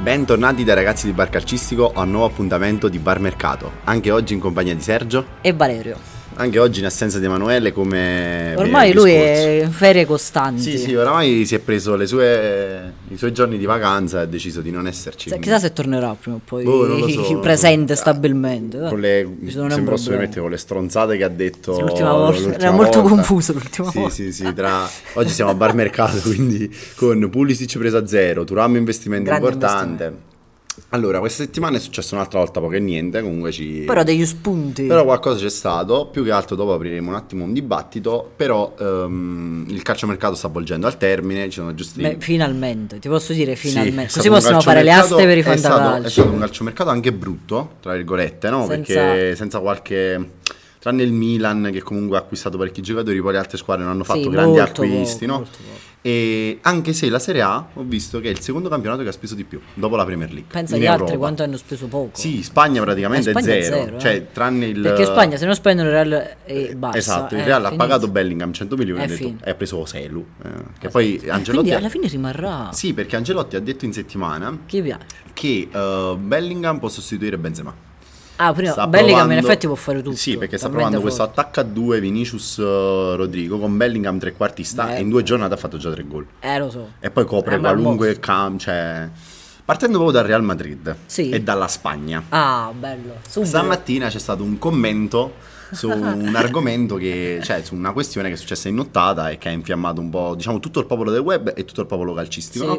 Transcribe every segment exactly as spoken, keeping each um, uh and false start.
Bentornati dai ragazzi di Bar Calcistico a un nuovo appuntamento di Bar Mercato. Anche oggi in compagnia di Sergio e Valerio. Anche oggi in assenza di Emanuele, come ormai lui scorso. È in ferie costanti. Sì, sì, oramai si è preso le sue, i suoi giorni di vacanza e ha deciso di non esserci. Sì, chissà se tornerà prima o poi oh, so, presente so. stabilmente. Con le, se posso permettere, con le stronzate che ha detto sì, l'ultima volta. L'ultima Era molto volta. confuso l'ultima sì, volta. Sì, sì, tra... Oggi siamo a Bar Mercato, quindi con Pulisic preso a zero, Thuram investimento Grande importante. Investimento. Allora, questa settimana è successo un'altra volta poco e niente, comunque ci... Però degli spunti. Però qualcosa c'è stato, più che altro dopo apriremo un attimo un dibattito, però um, il calciomercato sta volgendo al termine, ci sono giusti... Beh, finalmente, ti posso dire finalmente, sì, così possiamo fare le aste per i fantacalci. È stato un calciomercato anche brutto, tra virgolette, no? Senza... Perché senza qualche... Tranne il Milan che comunque ha acquistato parecchi giocatori, poi le altre squadre non hanno fatto sì, grandi molto acquisti, poco, no? molto poco. E anche se la Serie A ho visto che è il secondo campionato che ha speso di più dopo la Premier League. Pensa gli altri quanto hanno speso poco. Sì, Spagna praticamente eh, Spagna è zero, zero cioè eh. tranne il... Perché Spagna se non spendono il Real e basta. Esatto, il eh, Real ha finito. pagato Bellingham cento milioni e, detto, e ha preso Selu, eh, che poi Ancelotti... Quindi ha... alla fine rimarrà. Sì, perché Ancelotti ha detto in settimana Chi piace? che uh, Bellingham può sostituire Benzema. Ah, prima sta Bellingham provando... in effetti può fare tutto. Sì, perché sta provando questo attacco a due Vinicius uh, Rodrigo con Bellingham trequartista Beh. e in due giornate ha fatto già tre gol. Eh, lo so. E poi copre eh, qualunque cam, cioè partendo proprio dal Real Madrid sì. e dalla Spagna. Ah, bello. Subito. Stamattina c'è stato un commento su un argomento che, cioè su una questione che è successa in nottata e che ha infiammato un po', diciamo, tutto il popolo del web e tutto il popolo calcistico, sì. no?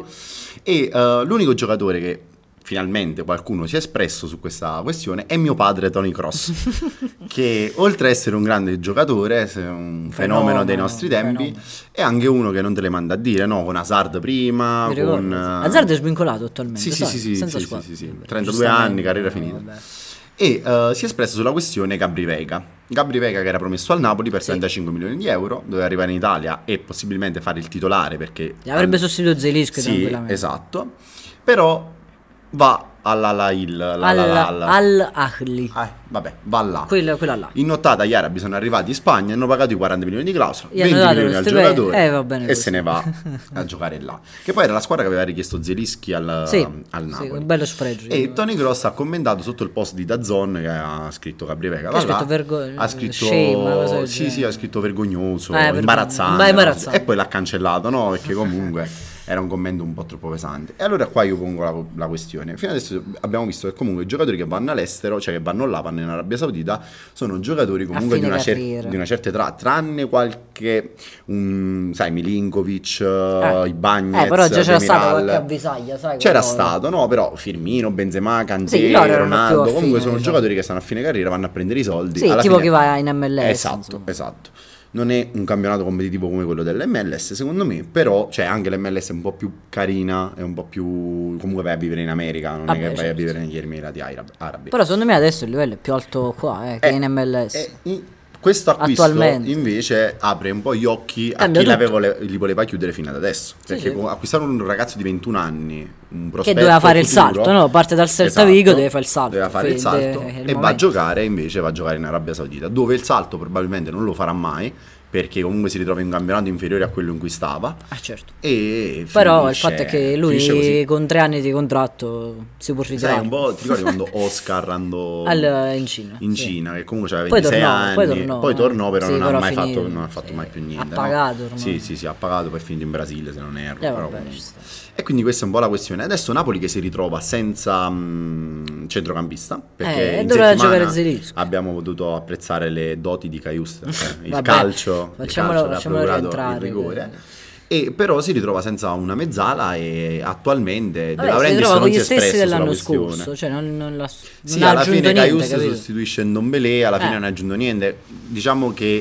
E uh, l'unico giocatore che finalmente qualcuno si è espresso su questa questione è mio padre Toni Kroos, che oltre a essere un grande giocatore, un fenomeno, fenomeno dei nostri tempi, fenomeno. È anche uno che non te le manda a dire, no? Con Hazard prima, con... Hazard è svincolato attualmente, sì, sì, sai? sì, sì, senza sì, squadra. sì, sì, trentadue anni, carriera finita. Vabbè. E uh, si è espresso sulla questione Gabri Veiga. Gabri Veiga che era promesso al Napoli per sì. trentacinque milioni di euro, doveva arrivare in Italia e possibilmente fare il titolare perché... Avrebbe sostituito Zelinski sì, esatto, però... va all'Al-Ahly Al-Ahly eh, vabbè, va là. Quella, quella là. In nottata gli arabi sono arrivati in Spagna, hanno pagato i quaranta milioni di clausola, gli venti milioni al giocatore eh, va bene e così. se ne va a giocare là. Che poi era la squadra che aveva richiesto Zelinski al, sì, al Napoli. Sì, un bello spregio. E Toni Kroos ha commentato sotto il post di DAZN che ha scritto Gabri Veiga. Ha scritto, vergo- ha scritto shame, sì, sì, ha scritto vergognoso, eh, imbarazzante, imbarazzante. No? E poi l'ha cancellato, no? Perché comunque era un commento un po' troppo pesante. E allora qua io pongo la, la questione. Fino adesso abbiamo visto che comunque i giocatori che vanno all'estero, cioè che vanno là, vanno in Arabia Saudita, sono giocatori comunque di una, cer- di una certa età, tranne qualche, um, sai, Milinkovic, eh. Ibañez, eh, però già c'era Demiral. stato qualche avvisaglia, sai? C'era quello... stato, no, però Firmino, Benzema, Kanté, sì, Ronaldo, fine, comunque sono diciamo. giocatori che stanno a fine carriera, vanno a prendere i soldi. Sì, alla tipo fine... che va in M L S. Esatto, insomma. esatto. Non è un campionato competitivo come quello dell'M L S secondo me, però cioè anche l'M L S è un po' più carina, è un po' più comunque vai a vivere in America, non ah è che beh, vai certo. a vivere negli Emirati Arabi. Però secondo me adesso il livello è più alto qua eh, che eh, in M L S. Eh, in... Questo acquisto invece apre un po' gli occhi a Cambia chi le, li voleva chiudere fino ad adesso. Perché sì, sì. acquistare un ragazzo di ventuno anni, un prospetto che doveva fare futuro, il salto, no? Parte dal Celta esatto, Vigo, deve fare il salto. Deve fare il salto il e momento. va a giocare, invece va a giocare in Arabia Saudita, dove il salto probabilmente non lo farà mai, perché comunque si ritrova in un campionato inferiore a quello in cui stava. Ah, certo. E però finisce, il fatto è che lui con tre anni di contratto si può ritirare. Sai, un po', ti ricordi quando Oscar andò Al, in Cina, in sì. Cina, che comunque aveva poi ventisei tornò, anni, poi tornò, poi tornò però sì, non, però ha mai finito, fatto, non ha fatto sì. mai più niente. Ha pagato no? ormai. Sì, sì, sì, ha pagato, poi è finito in Brasile se non erro. Eh, però, vabbè, e quindi questa è un po' la questione. Adesso Napoli che si ritrova senza mh, centrocampista, perché eh, in doveva settimana giocare Zelinski. abbiamo potuto apprezzare le doti di Caius, cioè il Vabbè, calcio, facciamolo, il calcio che ha procurato il rigore. E però si ritrova senza una mezzala e attualmente De Laurentiis non si è espresso sulla questione. Scorso, cioè non, non, la, non sì, ha alla aggiunto fine niente, Caius capito? sostituisce Ndombele, alla fine eh. non ha aggiunto niente. Diciamo che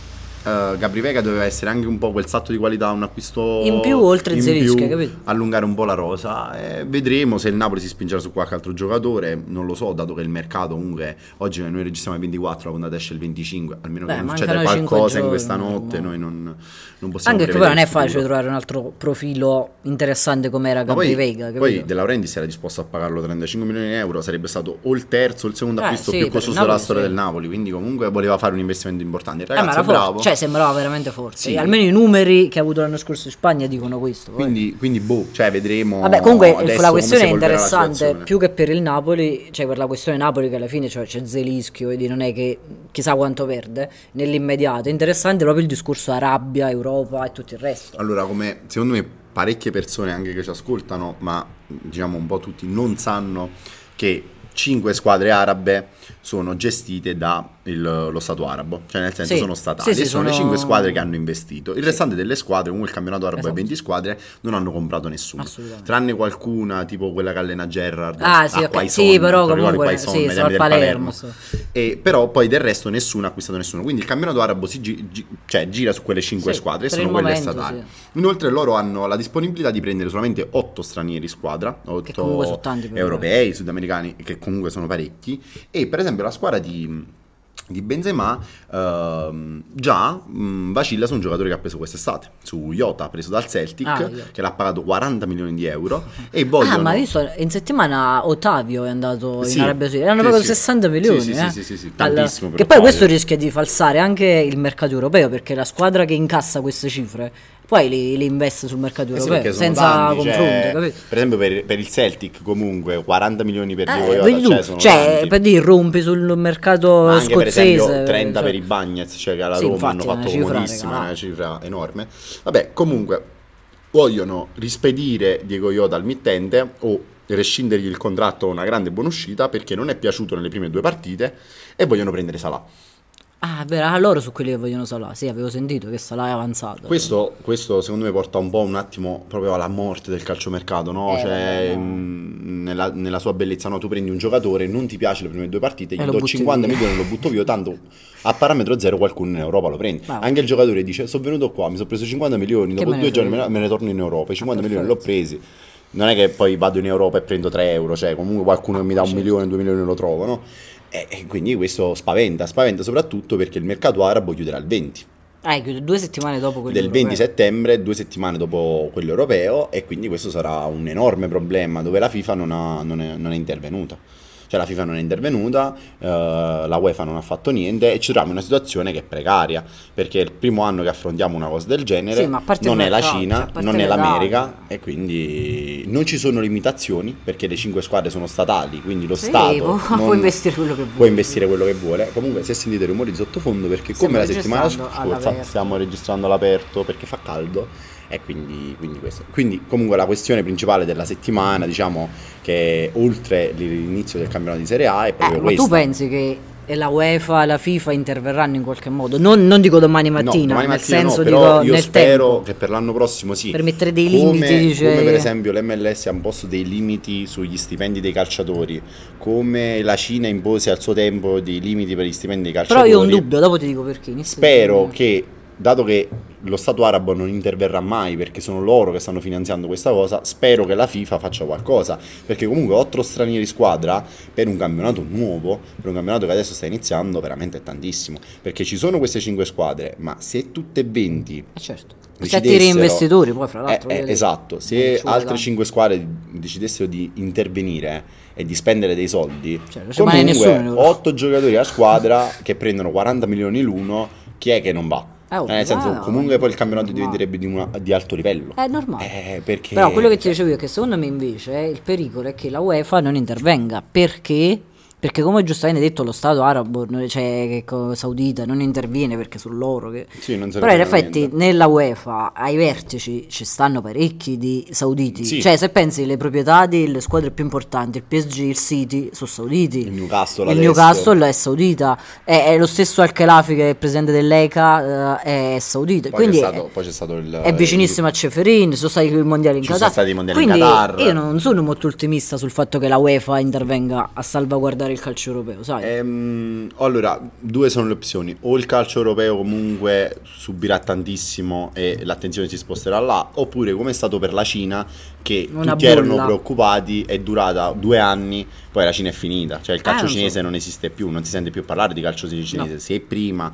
Uh, Gabri Veiga doveva essere anche un po' quel salto di qualità, un acquisto in più oltre Zelinski, capito? Allungare un po' la rosa e vedremo se il Napoli si spingerà su qualche altro giocatore, non lo so, dato che il mercato comunque oggi noi registriamo il ventiquattro, la puntata esce il venticinque, almeno Beh, che non succeda qualcosa in questa notte, no. noi non, non possiamo anche che poi non è facile trovare un altro profilo interessante come era Gabri Veiga, capito? Poi De Laurentiis era disposto a pagarlo trentacinque milioni di euro, sarebbe stato o il terzo o il secondo eh, acquisto sì, più costoso della storia sì. del Napoli, quindi comunque voleva fare un investimento importante. Il Eh, ragazzo ma è bravo. cioè sembrava veramente forte. Sì. E almeno i numeri che ha avuto l'anno scorso in Spagna dicono questo. Quindi, quindi boh, cioè vedremo. Vabbè, comunque la questione è evolverà la interessante situazione. più che per il Napoli, cioè per la questione Napoli che alla fine cioè, c'è Zelischio, quindi non è che chissà quanto perde nell'immediato. È interessante proprio il discorso Arabia, Europa e tutto il resto. Allora, come secondo me parecchie persone anche che ci ascoltano, ma diciamo un po' tutti, non sanno che cinque squadre arabe sono gestite da il, lo Stato arabo, cioè nel senso Sì, sono statali, sì, sì, e sono, sono- le cinque squadre che hanno investito. Il Sì. restante delle squadre, comunque il campionato arabo Esatto. è venti squadre, non hanno comprato nessuno, Assolutamente. tranne qualcuna tipo quella che allena Gerrard, Ah, sì, a ok. Quaison, Sì, però te lo ricordi comunque, Quaison, sì, ai sta tempi al del Palermo, Palermo. E però poi del resto nessuno ha acquistato nessuno, quindi il campionato arabo si gi- gi- cioè, gira su quelle cinque Sì, squadre, e per sono il quelle momento, statali. sì. Inoltre loro hanno la disponibilità di prendere solamente otto stranieri squadra, Che comunque sono otto tanti per- europei, sudamericani, che comunque sono parecchi, e per esempio la squadra di di Benzema ehm, già mh, vacilla su un giocatore che ha preso quest'estate, su Jota, preso dal Celtic, Ah, Jota. che l'ha pagato quaranta milioni di euro, e vogliono... Ah, ma io so, in settimana Ottavio è andato Sì, in Arabia Saudita, hanno sì, pagato sì. sessanta milioni. Sì, sì, eh. sì, sì, sì, Al- tantissimo per Che poi Ottavio. questo rischia di falsare anche il mercato europeo, perché la squadra che incassa queste cifre poi li, li investe sul mercato Eh sì, europeo perché sono senza tanti, confronto, cioè, capito? per esempio per, per il Celtic comunque quaranta milioni per Diego Eh, Jota, vedi tu, cioè, sono cioè, tanti. per dire rompi sul mercato Ma anche per scozzese, esempio trenta cioè. per i Bagnets, cioè che alla Sì, Roma infatti, hanno è una fatto cifra comodissima, è regalata. una cifra enorme. Vabbè, comunque vogliono rispedire Diego Jota al mittente o rescindergli il contratto a una grande buonuscita perché non è piaciuto nelle prime due partite, e vogliono prendere Salah. Ah, vero, ah, loro su quelli che vogliono Salah. Sì, avevo sentito che Salah è avanzato. Questo, questo secondo me porta un po' un attimo proprio alla morte del calciomercato, no? Eh, Cioè, vabbè, no. mh, nella, nella sua bellezza, no? Tu prendi un giocatore, non ti piace le prime due partite, gli E lo do butti cinquanta via. milioni, lo butto via, tanto a parametro zero qualcuno in Europa lo prende. Bravo. Anche il giocatore dice, sono venuto qua, mi sono preso cinquanta milioni, Che dopo me ne due giorni me frega. ne, me ne torno in Europa, i cinquanta Ah, milioni l'ho perfetto. presi. Non è che poi vado in Europa e prendo tre euro, cioè comunque qualcuno che mi dà un certo. milione, due milioni lo trovo, no? E, e quindi questo spaventa, spaventa soprattutto perché il mercato arabo chiuderà il venti. Ah, chiude due settimane dopo quello Del europeo. venti settembre, due settimane dopo quello europeo, e quindi questo sarà un enorme problema dove la FIFA non, ha- non è, non è intervenuta. Cioè la FIFA non è intervenuta, eh, la UEFA non ha fatto niente, e ci troviamo in una situazione che è precaria, perché è il primo anno che affrontiamo una cosa del genere, Sì, ma a parte non il è la mercato, Cina, cioè, a parte non è le l'America, date. e quindi non ci sono limitazioni, perché le cinque squadre sono statali, quindi lo Sì, Stato può- non- può investire quello che vuole. può investire quello che vuole. Comunque se sentite rumori sottofondo, perché Stiamo come la settimana registrando scorsa all'aperto. stiamo registrando all'aperto perché fa caldo, e quindi, quindi questo. Quindi comunque la questione principale della settimana, diciamo, che oltre l'inizio del campionato di Serie A è Eh, proprio ma questa. tu pensi che la UEFA e la FIFA interverranno in qualche modo? Non, non dico domani No, mattina, domani nel mattina no, senso però dico io nel spero tempo. che per l'anno prossimo sì. Per mettere dei Come- limiti, dice- come per esempio l'M L S ha imposto dei limiti sugli stipendi dei calciatori, come la Cina impose al suo tempo dei limiti per gli stipendi dei Però calciatori. io ho un dubbio, dopo ti dico perché. inizio Spero di- che, dato che lo Stato arabo non interverrà mai perché sono loro che stanno finanziando questa cosa, spero che la FIFA faccia qualcosa, perché comunque otto stranieri squadra per un campionato nuovo, per un campionato che adesso sta iniziando, veramente è tantissimo, perché ci sono queste cinque squadre, ma se tutte e venti Eh certo. Se decidessero- attiri investitori, poi fra Eh, l'altro. eh, voglio dire, esatto, non se ci vuole altre tanto. cinque squadre decidessero di intervenire e di spendere dei soldi, Cioè, non ci rimane nessuno in comunque Europa. otto giocatori a squadra che prendono quaranta milioni l'uno, chi è che non va? Eh, oh, Eh, nel senso, va, comunque va, poi il campionato normale. diventerebbe di, una- di alto livello. È normale. Eh, perché... Però quello che ti dicevo io è che secondo me invece il pericolo è che la UEFA non intervenga. Perché? Perché come giustamente detto lo Stato arabo, cioè che co- saudita, non interviene perché sono loro che... Sì, non se ne Però in frega effetti niente. nella UEFA ai vertici ci stanno parecchi di sauditi. Sì. Cioè se pensi le proprietà delle squadre più importanti, il P S G, il City, sono sauditi. Il Newcastle Il adesso. Newcastle è saudita. È, è lo stesso Al-Khelafi che è il presidente dell'E C A, eh, è saudita. Poi Quindi c'è stato, è- poi c'è stato il... è vicinissimo a Ceferin, sono stati i mondiali in Ci Qatar. sono stati i mondiali in Quindi Qatar. io non sono molto ottimista sul fatto che la UEFA intervenga a salvaguardare il calcio europeo, sai? Ehm, allora, due sono le opzioni: o il calcio europeo comunque subirà tantissimo e l'attenzione si sposterà là, oppure come è stato per la Cina, che Una tutti erano bolla. preoccupati, è durata due anni, poi la Cina è finita, cioè il calcio non so. cinese non esiste più, non si sente più parlare di calcio cinese. No. Se prima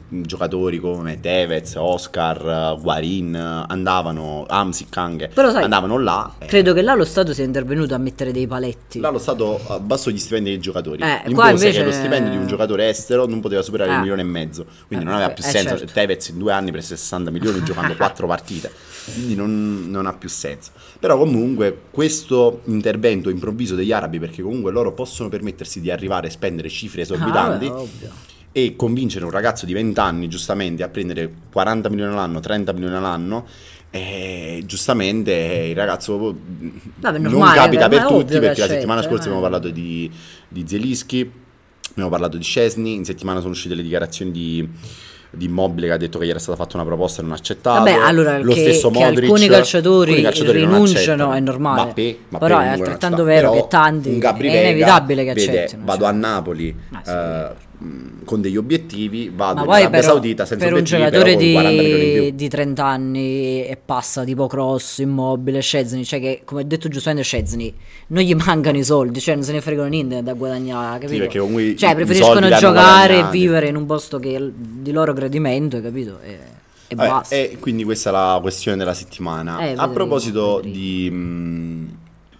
giocatori come Tevez, Oscar, Guarin andavano, Hamsik anche, Però sai, andavano là. Credo che là lo Stato sia intervenuto a mettere dei paletti. Là lo Stato abbassò gli stipendi dei giocatori, Eh, impose qua invece- che lo stipendio di un giocatore estero non poteva superare Ah. un milione e mezzo, quindi Eh, non aveva eh, più eh, senso. certo. Tevez in due anni prese sessanta milioni giocando quattro partite, quindi non, non ha più senso. Però comunque questo intervento improvviso degli arabi, perché comunque loro possono permettersi di arrivare a spendere cifre esorbitanti, Ah, vabbè, ovvio. e convincere un ragazzo di venti anni giustamente a prendere quaranta milioni all'anno, trenta milioni all'anno, e giustamente il ragazzo Vabbè, non normale, capita ma per è tutti, ovvio che perché la accetta, settimana scorsa eh. abbiamo parlato di, di Zielinski, abbiamo parlato di Szczesny, in settimana sono uscite le dichiarazioni di, di Immobile che ha detto che gli era stata fatta una proposta e non ha accettato. Vabbè, allora lo che, stesso che Modric, alcuni calciatori, alcuni calciatori non rinunciano accettano. è normale. Mbappé, Mbappé però è comunque non altrettanto accetta. vero Però che tanti un Gabri è Vega inevitabile che vede, accettino. vado cioè. a Napoli Ah, sì. eh, mh, con degli obiettivi, vado Ma in poi Arabia però, Saudita senza per un obiettivi, giocatore però con quaranta milioni in di, più. di trenta anni e passa tipo Cross, Immobile, Szczesny, cioè che come ha detto giustamente Szczesny non gli mancano i soldi, cioè non se ne fregano niente da guadagnare, capito? Sì, perché comunque i- cioè i preferiscono soldi li hanno giocare e guadagnati. vivere in un posto che è il- di loro gradimento, capito? E, e Vabbè, basta. e quindi questa è la questione della settimana. Eh, A vedremo, proposito vedremo. di, mh,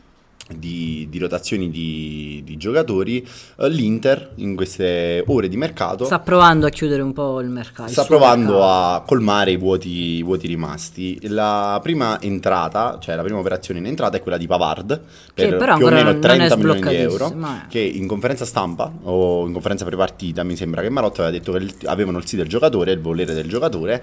di, di rotazioni di, di giocatori, eh, l'Inter in queste ore di mercato Sta provando a chiudere un po' il mercato. il sta suo provando mercato. a colmare i vuoti, i vuoti rimasti. La prima entrata, cioè la prima operazione in entrata è quella di Pavard Che per però più o ancora meno non è trenta milioni di euro, sbloccatissima, eh. che in conferenza stampa o in conferenza prepartita mi sembra che Marotta aveva detto che il- avevano il sì del giocatore, il volere del giocatore,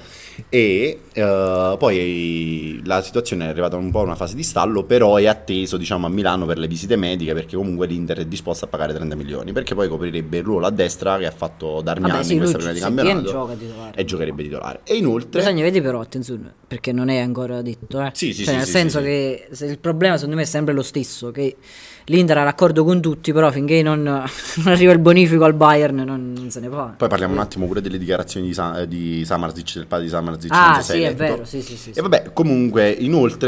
e eh, poi la situazione è arrivata un po' a una fase di stallo, però è atteso, diciamo, a Milano per le visite mediche, perché comunque l'Inter è disposta a pagare trenta milioni, perché poi coprirebbe il ruolo a destra che ha fatto Darmian Vabbè, sì, in questa lui prima di se viene campionato gioca titolare. e giocherebbe titolare. E inoltre Bisogna vedere però, attenzione, perché non è ancora detto, eh. Sì, sì, Cioè, sì, nel sì, senso sì, sì. che se il problema secondo me è sempre lo stesso, che l'Inter ha l'accordo con tutti, però finché non, non arriva il bonifico al Bayern non, non se ne fa. poi parliamo un attimo pure delle dichiarazioni di, Sa- eh, di Samardzic, del padre di Samardzic. Ah, non so se sì, hai è letto. vero, sì, sì, sì, sì. E vabbè, comunque inoltre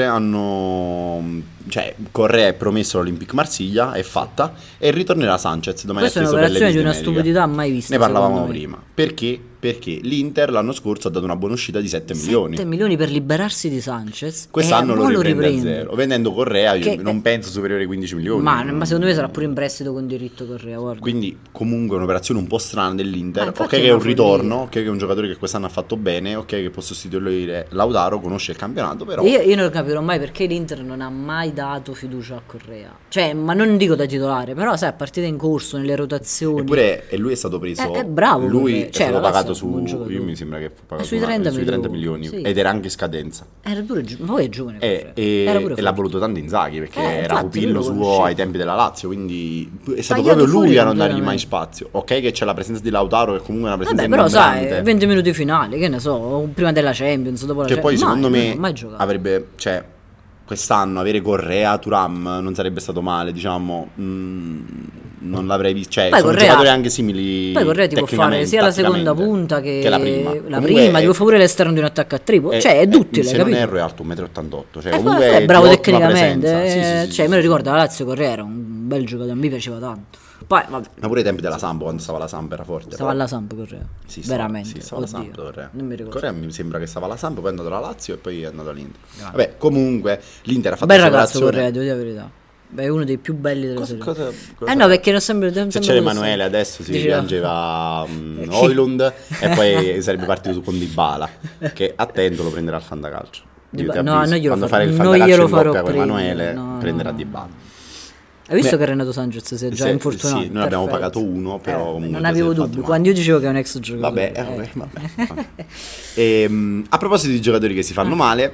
hanno, cioè Correa è promesso all'Olympique Marsiglia, è fatta, e ritornerà Sanchez domani. Questa è atteso per le un'operazione di visite una mediche. stupidità mai vista. Ne parlavamo secondo me. prima. Perché? Perché l'Inter l'anno scorso ha dato una buona uscita di sette milioni. sette milioni per liberarsi di Sanchez. Quest'anno e lo poi riprende, a riprende. zero. Vendendo Correa io Che- non penso superiore ai quindici milioni. Ma, ma secondo me sarà pure in prestito con diritto Correa, guarda. Quindi comunque è un'operazione un po' strana dell'Inter. Ma Ok infatti che è è un una follia. ritorno, ok che è un giocatore che quest'anno ha fatto bene, ok che può sostituire Lautaro, conosce il campionato, però Io, io non capirò mai perché l'Inter non ha mai dato fiducia a Correa. Cioè, ma non dico da titolare, però sai, a partita in corso, nelle rotazioni. eppure e lui è stato preso. È- è bravo Lui Correa. è Cioè, stato la Lazio pagato è un su. buon giocatore. Io mi sembra che fu pagato È sui una- trenta sui trenta milioni, milioni. sì. Ed era anche in scadenza. Era pure gio- ma poi è giovane E, Correa. e- Era pure e l'ha forte. voluto tanto Inzaghi perché Eh, era infatti, pupillo lui lo suo conosceva. ai tempi della Lazio, quindi è stato Tagliato proprio lui fuori a non dargli mai completamente. spazio. Ok che c'è la presenza di Lautaro, che comunque è una presenza Vabbè, però sai, ingombrante. venti minuti finali, che ne so, prima della Champions, dopo la Che poi Champions. secondo Mai, me non ho mai giocato. avrebbe, cioè, quest'anno avere Correa, Thuram non sarebbe stato male, diciamo, mm, non l'avrei visto, cioè Poi sono Correa- giocatori anche simili. Poi Correa ti può fare sia la seconda punta che, che la prima. la Comunque prima, è- ti può fare pure l'esterno di un attacco a triplo, è- cioè è è- duttile, se capito? non erro è alto un metro e ottantotto, cioè Eh, comunque è è bravo di ottima tecnicamente, presenza. Sì, eh, sì, sì, cioè sì, me lo sì. ricordo, la Lazio Correa era un bel giocatore, a me piaceva tanto. Poi vabbè, Ma pure ai tempi della Samp, quando stava la Samp era forte. stava però. alla Samp Correa. Sì, stava- Veramente. sì, stava alla oddio, Samp Correa. non mi ricordo. Correa mi sembra che stava alla Samp, poi è andato alla Lazio e poi è andato all'Inter. Vabbè, comunque l'Inter ha fatto Bel questa ragazzo operazione. Correa, devo dire la verità. Beh, è uno dei più belli della Cosa- serie. cosa- cosa- Eh no, perché non sempre Se sempre c'era quello Emanuele stesso. adesso si Diceva- piangeva um, Højlund e poi sarebbe partito su con Dybala, che attento lo prenderà al fantacalcio. Io Dyba- ti no, avviso, non glielo quando farò- fare il non fantacalcio glielo in farò coppia con prendere, Emanuele no, prenderà no. Dybala. Hai visto Beh, che Renato Sanchez si è già se- infortunato? sì, noi abbiamo Perfetto. pagato uno, però Eh, comunque non già avevo si è fatto dubbi. male. Quando io dicevo che è un ex giocatore. Vabbè, eh, vabbè, eh. vabbè, vabbè. Ehm, a proposito di giocatori che si fanno Ah. male,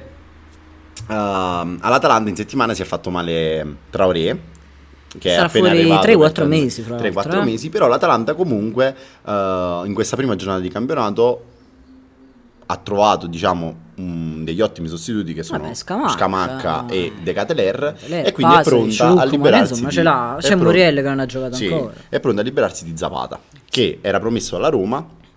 ehm, all'Atalanta in settimana si è fatto male Traoré, che Sarà è appena fuori arrivato tre quattro per- mesi, fra tre quattro l'altro, eh. mesi, però l'Atalanta comunque eh, in questa prima giornata di campionato ha trovato, diciamo, un- degli ottimi sostituti che sono Vabbè, Scamacca. Scamacca e De Cateler, Lei, e quindi è Pasalic, pronta a Lucco, ma liberarsi insomma, di- ce l'ha. è C'è pronta- Muriel che non ha giocato sì, ancora. è pronta a liberarsi di Zapata, che era promesso alla Roma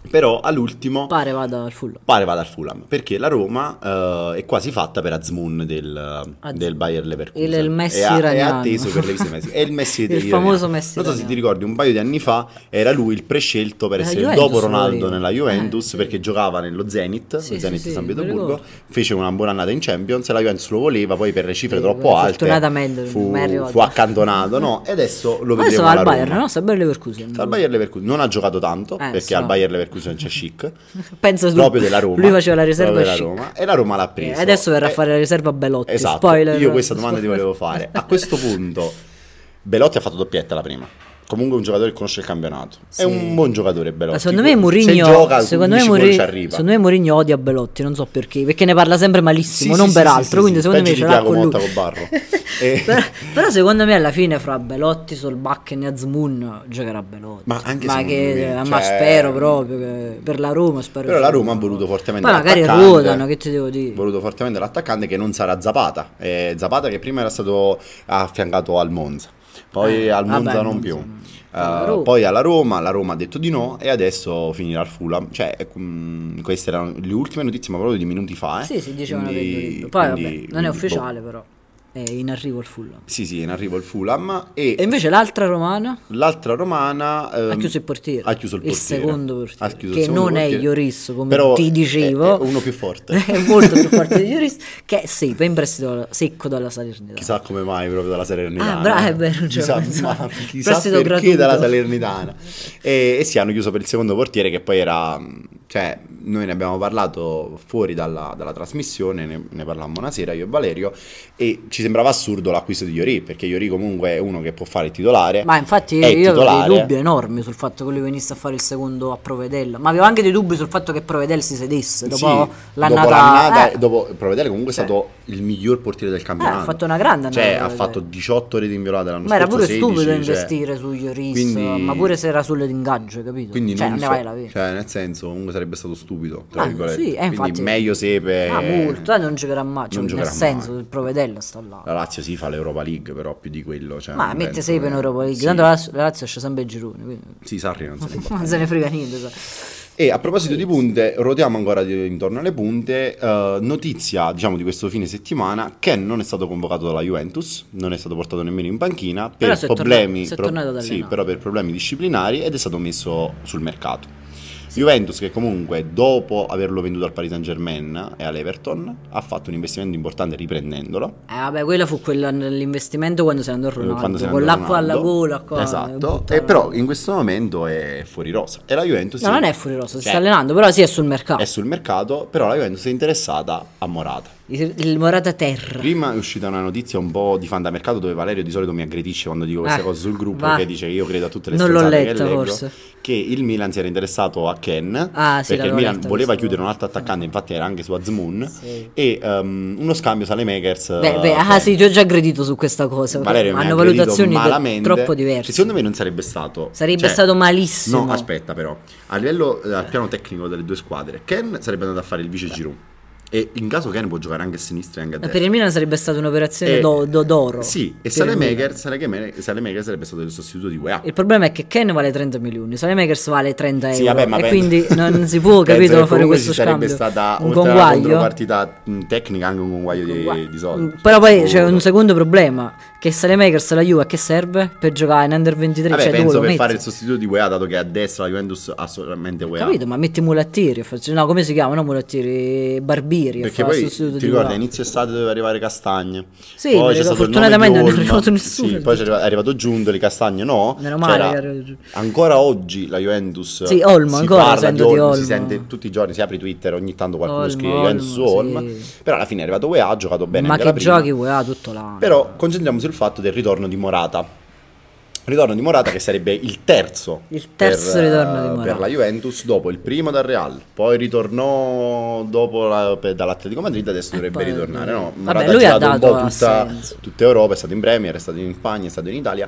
Però all'ultimo Pare vada al Fulham. pare vada al Fulham, perché la Roma eh, è quasi fatta per Azmoun del, del Bayer Leverkusen. Il- il Messi è, a- è iraniano. atteso per le visite Messi. È il Messi Il iraniano. famoso Messi Non so se iraniano. ti ricordi, un paio di anni fa era lui il prescelto per La essere Juventus dopo Ronaldo voleva. nella Juventus, Eh, sì. perché giocava nello Zenit, Sì, lo Zenit sì, di San sì, mi Pietroburgo, ricordo. fece una buona annata in Champions e la Juventus lo voleva, poi per le cifre Sì, troppo alte fortunatamente fu, non mi è arrivato. fu accantonato, no? E adesso lo Ma adesso vedremo va alla al Bayern, Roma. no? Sta bene Leverkusen. Al Bayer Leverkusen non ha giocato tanto, Eh, perché so. al Bayer Leverkusen c'è Schick. Pensa tu. Proprio della Roma. Lui faceva la riserva Proprio a della Schick. Roma, e la Roma l'ha Eh, preso. adesso verrà E- a fare la riserva a Belotti. Esatto, Spoiler. io questa domanda ti volevo fare. A questo punto Belotti ha fatto doppietta la prima. Comunque è un giocatore che conosce il campionato. È Sì. un buon giocatore Belotti. Ma secondo me Se Mourinho gioca, secondo me, undici gol Muri- ci arriva. secondo me Mourinho odia Belotti, non so perché, perché ne parla sempre malissimo, Sì, non sì, per sì, altro, sì, quindi sì, secondo me peggio ce di l'ha Thiago con lui. Motta con Barro. E- però, però secondo me alla fine fra Belotti, Solbakken e Azmoun giocherà Belotti. Ma anche secondo che me, ma cioè- spero proprio che per la Roma spero Però la sia- Roma ha voluto fortemente Poi magari l'attaccante. ruotano, che ti devo dire? Ha voluto fortemente l'attaccante, che non sarà Zapata. Eh, Zapata che prima era stato affiancato al Monza, poi Eh, al Monza vabbè, non Monza più. non- Eh, alla Roma. poi alla Roma, la Roma ha detto di no e adesso finirà al Fulham. Cioè, mm, queste erano le ultime notizie, ma proprio di minuti fa. Eh. Sì, si dicevano Quindi- che dovrebbe. Poi quindi- vabbè, non è quindi, ufficiale boh. però. È in arrivo il Fulham. Sì, sì, in arrivo il Fulham. E, E invece l'altra romana l'altra romana ha ehm, chiuso il portiere. Ha chiuso il portiere. secondo Ha portiere. chiuso il Che secondo non è portiere. Lloris, come Però ti è- dicevo. È, uno più forte. È molto più forte di Lloris. Che è Sepa, in prestito secco dalla Salernitana. Chissà come mai proprio dalla Salernitana. Ah, bravo, è vero, non ci chissà, avevo pensato. ma chissà Prestito perché gratuito. dalla Salernitana. E, e sì, hanno chiuso per il secondo portiere, che poi era... Cioè, noi ne abbiamo parlato fuori dalla, dalla trasmissione, ne, ne parlammo una sera io e Valerio, e ci sembrava assurdo l'acquisto di Iori, perché Iori comunque è uno che può fare il titolare. Ma infatti è io avevo titolare. dei dubbi enormi sul fatto che lui venisse a fare il secondo a Provedel. Ma avevo anche dei dubbi sul fatto che Provedel si sedesse dopo Sì, l'annata. dopo l'annata, eh, dopo Provedere comunque è Cioè- stato il miglior portiere del campionato. Eh, ha fatto una grande annata Cioè, ha Provedel. fatto diciotto reti inviolate l'anno Ma era scorso, pure sedici, stupido cioè, investire su Lloris, quindi- ma pure se era sulle d'ingaggio, capito? Quindi cioè, non ne so, vale la pena. cioè, nel senso, comunque sarebbe stato stupido, tra Ah, virgolette. sì, eh, Quindi infatti- meglio Sepe. Ah, molto, eh, non giocherà mai, cioè, non nel giocherà senso, mai. il Provedel sta là. La Lazio si fa l'Europa League, però più di quello. Cioè, Ma non mette penso Sepe in che- Europa League, sì. tanto la Lazio, la Lazio esce sempre i gironi, quindi Sì, Sarri non se ne importa. non se ne frega niente. sa. E a proposito di punte, ruotiamo ancora di- intorno alle punte. eh, notizia, diciamo, di questo fine settimana: Ken non è stato convocato dalla Juventus, non è stato portato nemmeno in panchina per Però si è problemi, tornato- si è pro- tornato ad sì, allenare. però per problemi disciplinari, ed è stato messo sul mercato. Juventus, che comunque dopo averlo venduto al Paris Saint-Germain e all'Everton ha fatto un investimento importante riprendendolo. Eh vabbè, quella fu quella, l'investimento quando se ne andò Ronaldo, Quando se ne con andò l'acqua alla Ronaldo. gola qua, Esatto, buttava- e però in questo momento è fuori rosa e la Juventus No, sì, non è fuori rosa, si cioè, sta allenando, però sì è sul mercato. è sul mercato, però la Juventus è interessata a Morata. Il, il Morata Terra. Prima è uscita una notizia un po' di fandamercato, dove Valerio di solito mi aggredisce quando dico queste Eh, cose sul gruppo, va. che dice che io credo a tutte le Non l'ho stronzate che letta, leggo, forse. che il Milan si era interessato a Ken, Ah, sì, perché il l'avevo Milan letta voleva questa chiudere un cosa. altro attaccante, infatti era anche su Azmoun, Sì. e um, uno scambio Saelemaekers. Beh, beh, uh, ah Ken. sì, ti ho già aggredito su questa cosa. Valerio mi Hanno ha aggredito valutazioni de- malamente, troppo che diverse. secondo me non sarebbe stato Sarebbe cioè, stato malissimo. no, aspetta, però a livello eh, al piano tecnico delle due squadre, Ken sarebbe andato a fare il vice Giroud, e in caso Ken può giocare anche a sinistra e anche a Ma destra. per il Milan sarebbe stata un'operazione E- do- do- d'oro. Sì, e per il Saelemaekers Saelemaekers- Saelemaekers sarebbe stato il sostituto di U E A. Il problema è che Ken vale trenta milioni, Saelemaekers vale trenta Sì, euro vabbè, ma e pen- quindi non si può, penso capito, che fare comunque questo ci sarebbe scambio. stata, Un oltre alla conguaglio. contropartita mh, tecnica, anche un conguaglio di, di soldi. Però poi Sicuro. c'è un secondo problema, che Saelemaekers la Juve a che serve? Per giocare in Under ventitré, Vabbè, cioè dove penso lo per metti? fare il sostituto di U E A, dato che a destra la Juventus ha solamente U E A. Capito, ma metti Mulattieri, faccio- no, come si chiama? No, Mulattieri, Barbieri, a Perché fare il poi sostituto ti di ricordi, a Guardia. inizio estate doveva arrivare Castagne. Sì, Poi mi c'è ricordo, stato il nome fortunatamente di non è Olmo. arrivato nessuno. Sì, poi c'è arrivato- è arrivato Giuntoli, Castagne no. Meno male C'era- che è arrivato Giuntoli. ancora oggi la Juventus Sì, Olmo, si ancora parla sento di di Olmo, si Olmo. sente tutti i giorni, si apre Twitter, ogni tanto qualcuno Olmo, scrive Juventus su Olmo, Olmo. sì. Però alla fine è arrivato U E A, ha giocato bene Ma anche che la prima. giochi U E A tutto l'anno. Però concentriamoci sul fatto del ritorno di Morata. Ritorno di Morata che sarebbe il terzo, Il terzo per, ritorno di eh, Morata. per la Juventus, dopo il primo dal Real, poi ritornò dopo la- per- dall'Atletico Madrid, adesso dovrebbe poi- ritornare. No? Vabbè, Morata lui ha ha girato un dato po' tutta, senso. tutta Europa, è stato in Premier, è stato in Spagna, è stato in Italia.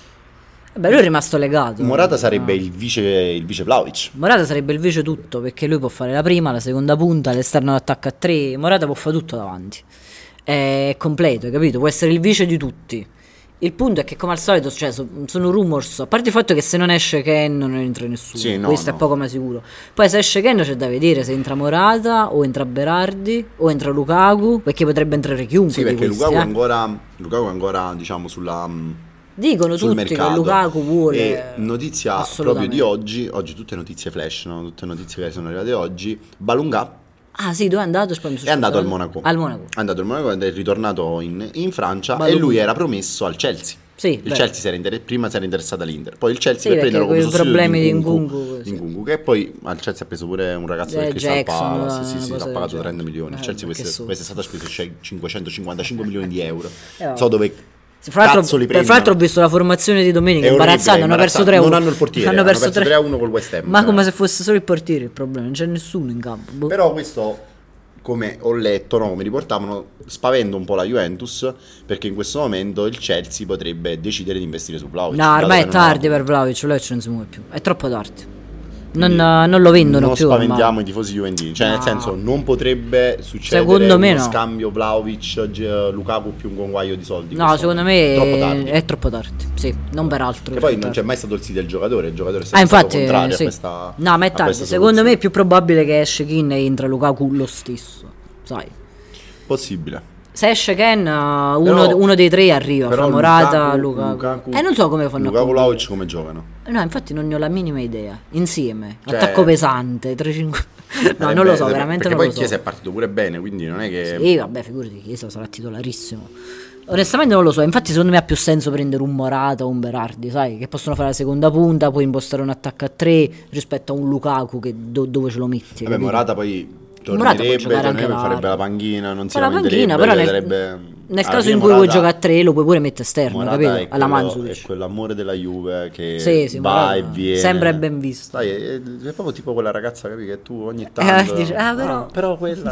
Beh, lui è rimasto legato. Morata sarebbe Ah. il vice, il vice Vlahovic. Morata sarebbe il vice tutto, perché lui può fare la prima, la seconda punta, l'esterno d'attacco a tre. Morata può fare tutto davanti. È completo, hai capito? Può essere il vice di tutti. Il punto è che come al solito, cioè, so- sono rumors, a parte il fatto che se non esce Ken non entra nessuno, Sì, no, questo no. è poco ma sicuro. Poi se esce Ken c'è da vedere se entra Morata o entra Berardi o entra Lukaku, perché potrebbe entrare chiunque Sì, di perché questi, Lukaku è eh. ancora, Lukaku è ancora diciamo sulla mh, Dicono sul tutti mercato. che Lukaku vuole E notizia proprio assolutamente. di oggi, oggi tutte notizie flash, no? Tutte notizie che sono arrivate oggi. Balunga Ah sì, dove è andato? Poi mi sono è andato al scordato. Monaco. Al Monaco. È andato al Monaco ed è ritornato in, in Francia Balunga. e lui era promesso al Chelsea. Sì, Il beh. Chelsea si era inter- prima si era interessata all'Inter, poi il Chelsea Sì, per perché prenderlo come quei sostituto problemi di Nkunku, Nkunku, sì. Nkunku, che poi al Chelsea ha preso pure un ragazzo Eh, del Crystal Jackson, Palace, una sì, sì, cosa l'ha del pagato genere. trenta milioni. Il Eh, Chelsea ma che queste- so. quest'estate ha speso cioè, cinquecentocinquantacinque milioni di euro. Eh, Non vabbè. so dove Sì, fra l'altro, cazzo li per- fra l'altro ho prendono. visto la formazione di domenica, È orribile, imbarazzante, hanno perso imbarazzante. tre a uno. Non hanno il portiere, hanno hanno perso perso tre tre a uno col West Ham, Ma cioè. come se fosse solo il portiere il problema, non c'è nessuno in campo. Boh. Però questo, come ho letto, no, come riportavano, spaventa un po' la Juventus, perché in questo momento il Chelsea potrebbe decidere di investire su Vlahovic. No, dato ormai che è non ha- tardi per Vlahovic, Vlahovic non si muove più, è troppo tardi. Non, Quindi non lo vendono non più spaventiamo ormai. i tifosi juventini, cioè No. nel senso non potrebbe succedere Secondo me uno no. scambio Vlahovic G- Lukaku più un conguaglio di soldi. in No, questo secondo momento. me troppo è, tardi. è troppo tardi. Sì, non per altro. Che poi troppo non c'è tardi. mai stato il sì del giocatore, il giocatore è Ah, sempre stato infatti, contrario sì. a questa No, ma è a tardi. questa Secondo me soluzione. è più probabile che esce Kin e entra Lukaku lo stesso. Sai. Possibile. Se esce Ken, uh, uno, Però- uno dei tre arriva, Però fra Morata, Lukaku, Lukaku. Lukaku- Eh, non so come fanno a Lukaku combinare. Vlahovic come giocano? No, infatti non ne ho la minima idea. Insieme, Cioè- attacco pesante, tre cinque. No, Sarebbe- non lo so, sarebbe- veramente perché non poi lo so. Chiesa è partito pure bene, quindi non è che Sì, vabbè, figurati, Chiesa sarà titolarissimo. Onestamente non lo so, infatti secondo me ha più senso prendere un Morata o un Berardi, sai, che possono fare la seconda punta, poi impostare un attacco a tre rispetto a un Lukaku che do- dove ce lo metti. vabbè, capito? Morata poi Morata può tornerebbe, giocare anche tornerebbe, là. farebbe la panchina, non si Fa la panchina, lamenterebbe, però nel, sarebbe- nel alla caso fine in cui vuoi Morata- giocare a tre lo puoi pure mettere esterno, Morata capito? è Alla quello- è Mandzukic. quell'amore della Juve che Sì, sì, va Morata e viene. sempre ben visto. Sai, è, è proprio tipo quella ragazza, capi, che tu ogni tanto dici, ah, però- però quella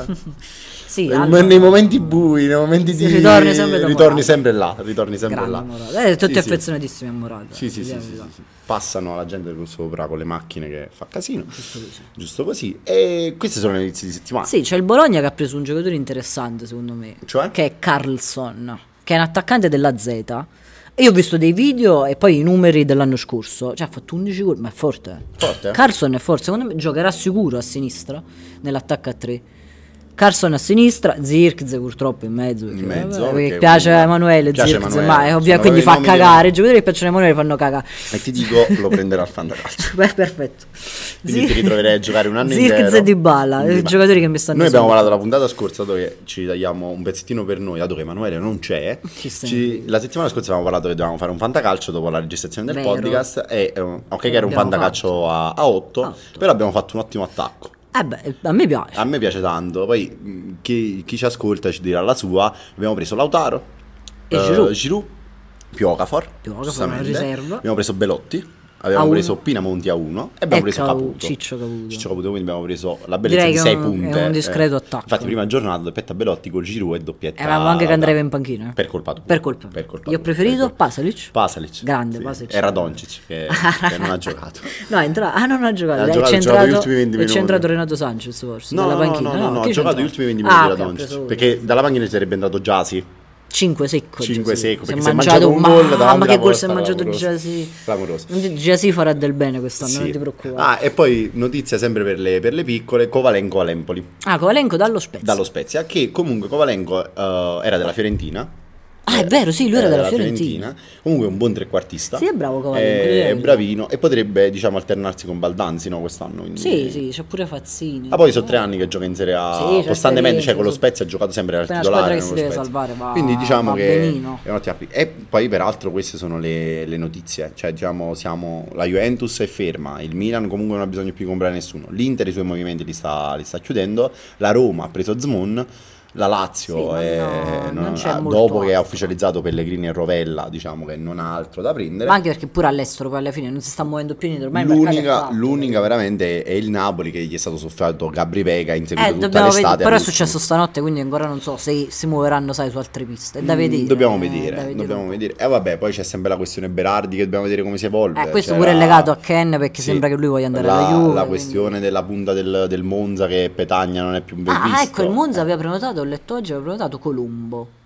Sì, nei, allora- nei momenti bui, nei momenti Sì, di ritorni sempre da ritorni Morata. sempre là, ritorni sempre grande là. Morata. Eh, tutti Sì, sì. affezionatissimi a Morata. Sì, sì, sì, Vediamo sì, di sì, là. sì. Passano alla gente sopra con le macchine che fa casino. Giusto così. E queste sono le notizie di settimana. Sì, c'è il Bologna che ha preso un giocatore interessante secondo me, Cioè? che è Carlson, che è un attaccante della Z. E io ho visto dei video e poi i numeri dell'anno scorso, cioè ha fatto undici gol, ma è forte. eh. Forte, eh? Carlson è forte, secondo me giocherà sicuro a sinistra nell'attacco a tre. Carlson a sinistra, Zirkzee purtroppo in mezzo, perché, In mezzo, vabbè, perché perché piace a comunque Emanuele piace Zirkzee, Emanuele. ma è ovvio, Sono quindi fa proprio i nomi cagare, i giocatori che piacciono a Emanuele fanno cagare. E ti dico, lo prenderà al fantacalcio. Beh, perfetto. Quindi Zi- ti ritroverai a giocare un anno Zirkzee intero. e Dybala, i Dybala. giocatori che mi stanno Noi abbiamo su- parlato la puntata scorsa dove ci tagliamo un pezzettino per noi, dato che Emanuele non c'è. Chi se ne Ci- la settimana scorsa avevamo parlato che dovevamo fare un fantacalcio dopo la registrazione del Vero. podcast. E, eh, ok, che era un Abbiamo fantacalcio a, a otto, A otto. però abbiamo fatto un ottimo attacco. Eh beh, a me piace. A me piace tanto. Poi mh, chi, chi ci ascolta ci dirà la sua. Abbiamo preso Lautaro E eh, Giroud. Giroud, Pio Okafor, Pio Okafor, giustamente. una riserva. Abbiamo preso Belotti. Avevamo A preso uno. Pinamonti a uno e abbiamo E preso Capu- Caputo. Ciccio Caputo. Ciccio Caputo, quindi abbiamo preso la bellezza Direi di che sei è un- punte. è un discreto attacco. Infatti, prima giornata, doppietta Belotti con Giroud e doppietta. Eravamo anche che andrebbe in Lautaro. panchina. Per colpa tua. Per colpa. Per colpa Io ho tua, preferito per colpa- Pasalic. Pasalic. Grande sì. Pasalic. Era Doncic che, che non ha giocato. No, è entra- ah, non ha giocato. Ha È giocato, ha giocato centrato, gli ultimi venti è minuti. centrato Renato Sanchez forse. No, dalla no, no, panchina. no, no, no, chi ha giocato c'entra? gli ultimi venti minuti Ah, da ok, ha Doncic. preso- Perché dalla panchina ci sarebbe entrato Jasi. cinque secco. cinque Gesù. secco, Si è perché si è mangiato un gol davanti Mamma che alla gol si è porta, mangiato clamoroso. Jasi. Clamoroso. Jasi farà del bene quest'anno, non Sì. ti preoccupare. Ah, e poi notizia sempre per le, per le piccole, Kovalenko all'Empoli, Ah, Kovalenko dallo Spezia. dallo Spezia, che comunque Kovalenko eh, era della Fiorentina. Ah, è vero, sì, lui era della Fiorentina. Comunque è un buon trequartista. Sì, è bravo Kovalenko, È, direi. è bravino e potrebbe, diciamo, alternarsi con Baldanzi, no, quest'anno. Quindi... Sì, sì, c'è pure Fazzini. Ma poi sono tre anni che gioca in Serie A Sì, c'è costantemente, cioè esperienza, con lo sì. Spezia ha giocato sempre al Appena titolare. squadra che si nello deve Spezia. salvare, va- Quindi diciamo va che benino. è un'ottima acqui- E poi peraltro queste sono le, le notizie, cioè diciamo siamo, la Juventus è ferma, il Milan comunque non ha bisogno più di comprare nessuno, l'Inter i suoi movimenti li sta, li sta chiudendo, la Roma ha preso Zmon, la Lazio Sì, non- è- non non- c'è ah, molto dopo che ha altro. ufficializzato Pellegrini e Rovella, diciamo che non ha altro da prendere. Ma anche perché pure all'estero poi alla fine non si sta muovendo più niente, ormai il mercato è L'unica, fatto. l'unica veramente è il Napoli che gli è stato soffiato Gabri Vega in seguito Eh, a tutta dobbiamo vedere, l'estate. però è all'ultimo. successo stanotte, quindi ancora non so se si muoveranno, sai, su altre piste. È da Mm, vedere. Dobbiamo eh, vedere, da vedere dobbiamo un po'. vedere. E vabbè, poi c'è sempre la questione Berardi che dobbiamo vedere come si evolve. Eh, questo C'era- pure è legato a Ken perché Sì, sembra che lui voglia andare la, alla Juve. La quindi- questione della punta del, del Monza che Petagna non è più ben Ah, visto. ecco, il Monza Eh. aveva prenotato, ho letto oggi, aveva prenotato Colombo.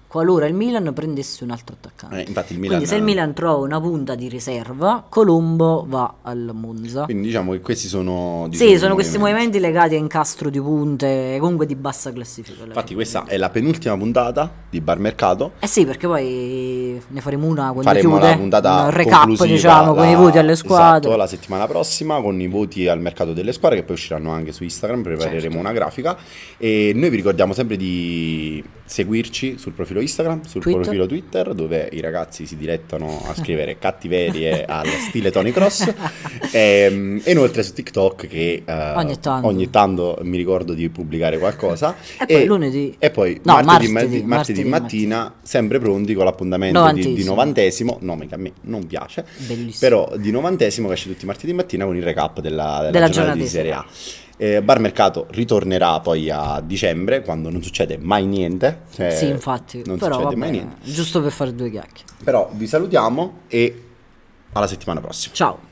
qualora il Milan prendesse un altro attaccante. Eh, infatti il Milan... Quindi se il Milan trova una punta di riserva, Colombo va al Monza. Quindi diciamo che questi sono... Sì, diciamo, sono questi movimenti legati a incastro di punte, comunque di bassa classifica. Infatti questa è la penultima puntata di Bar Mercato. Eh sì, perché poi ne faremo una quando Faremo chiude, la puntata un recap, conclusiva, diciamo, con la- i voti alle squadre. Esatto, la settimana prossima con i voti al mercato delle squadre che poi usciranno anche su Instagram, prepareremo Certo. una grafica e noi vi ricordiamo sempre di seguirci sul profilo Instagram, sul Twitter. profilo Twitter dove i ragazzi si dilettano a scrivere cattiverie al stile Tony Cross e, e inoltre su TikTok che eh, Ogni tanto. ogni tanto mi ricordo di pubblicare qualcosa E poi lunedì. e poi No, martedì, martedì, martedì, martedì mattina sempre pronti con l'appuntamento di, di Novantesimo. novantesimo nome che a me non piace Bellissimo. però di novantesimo che esce tutti i martedì mattina con il recap della, della, Della giornata giornata di di Serie Serie A. Eh, Bar Mercato ritornerà poi a dicembre quando non succede mai niente. Cioè, Sì, infatti, non però succede vabbè, mai niente. giusto per fare due chiacchiere. Però vi salutiamo e alla settimana prossima. Ciao.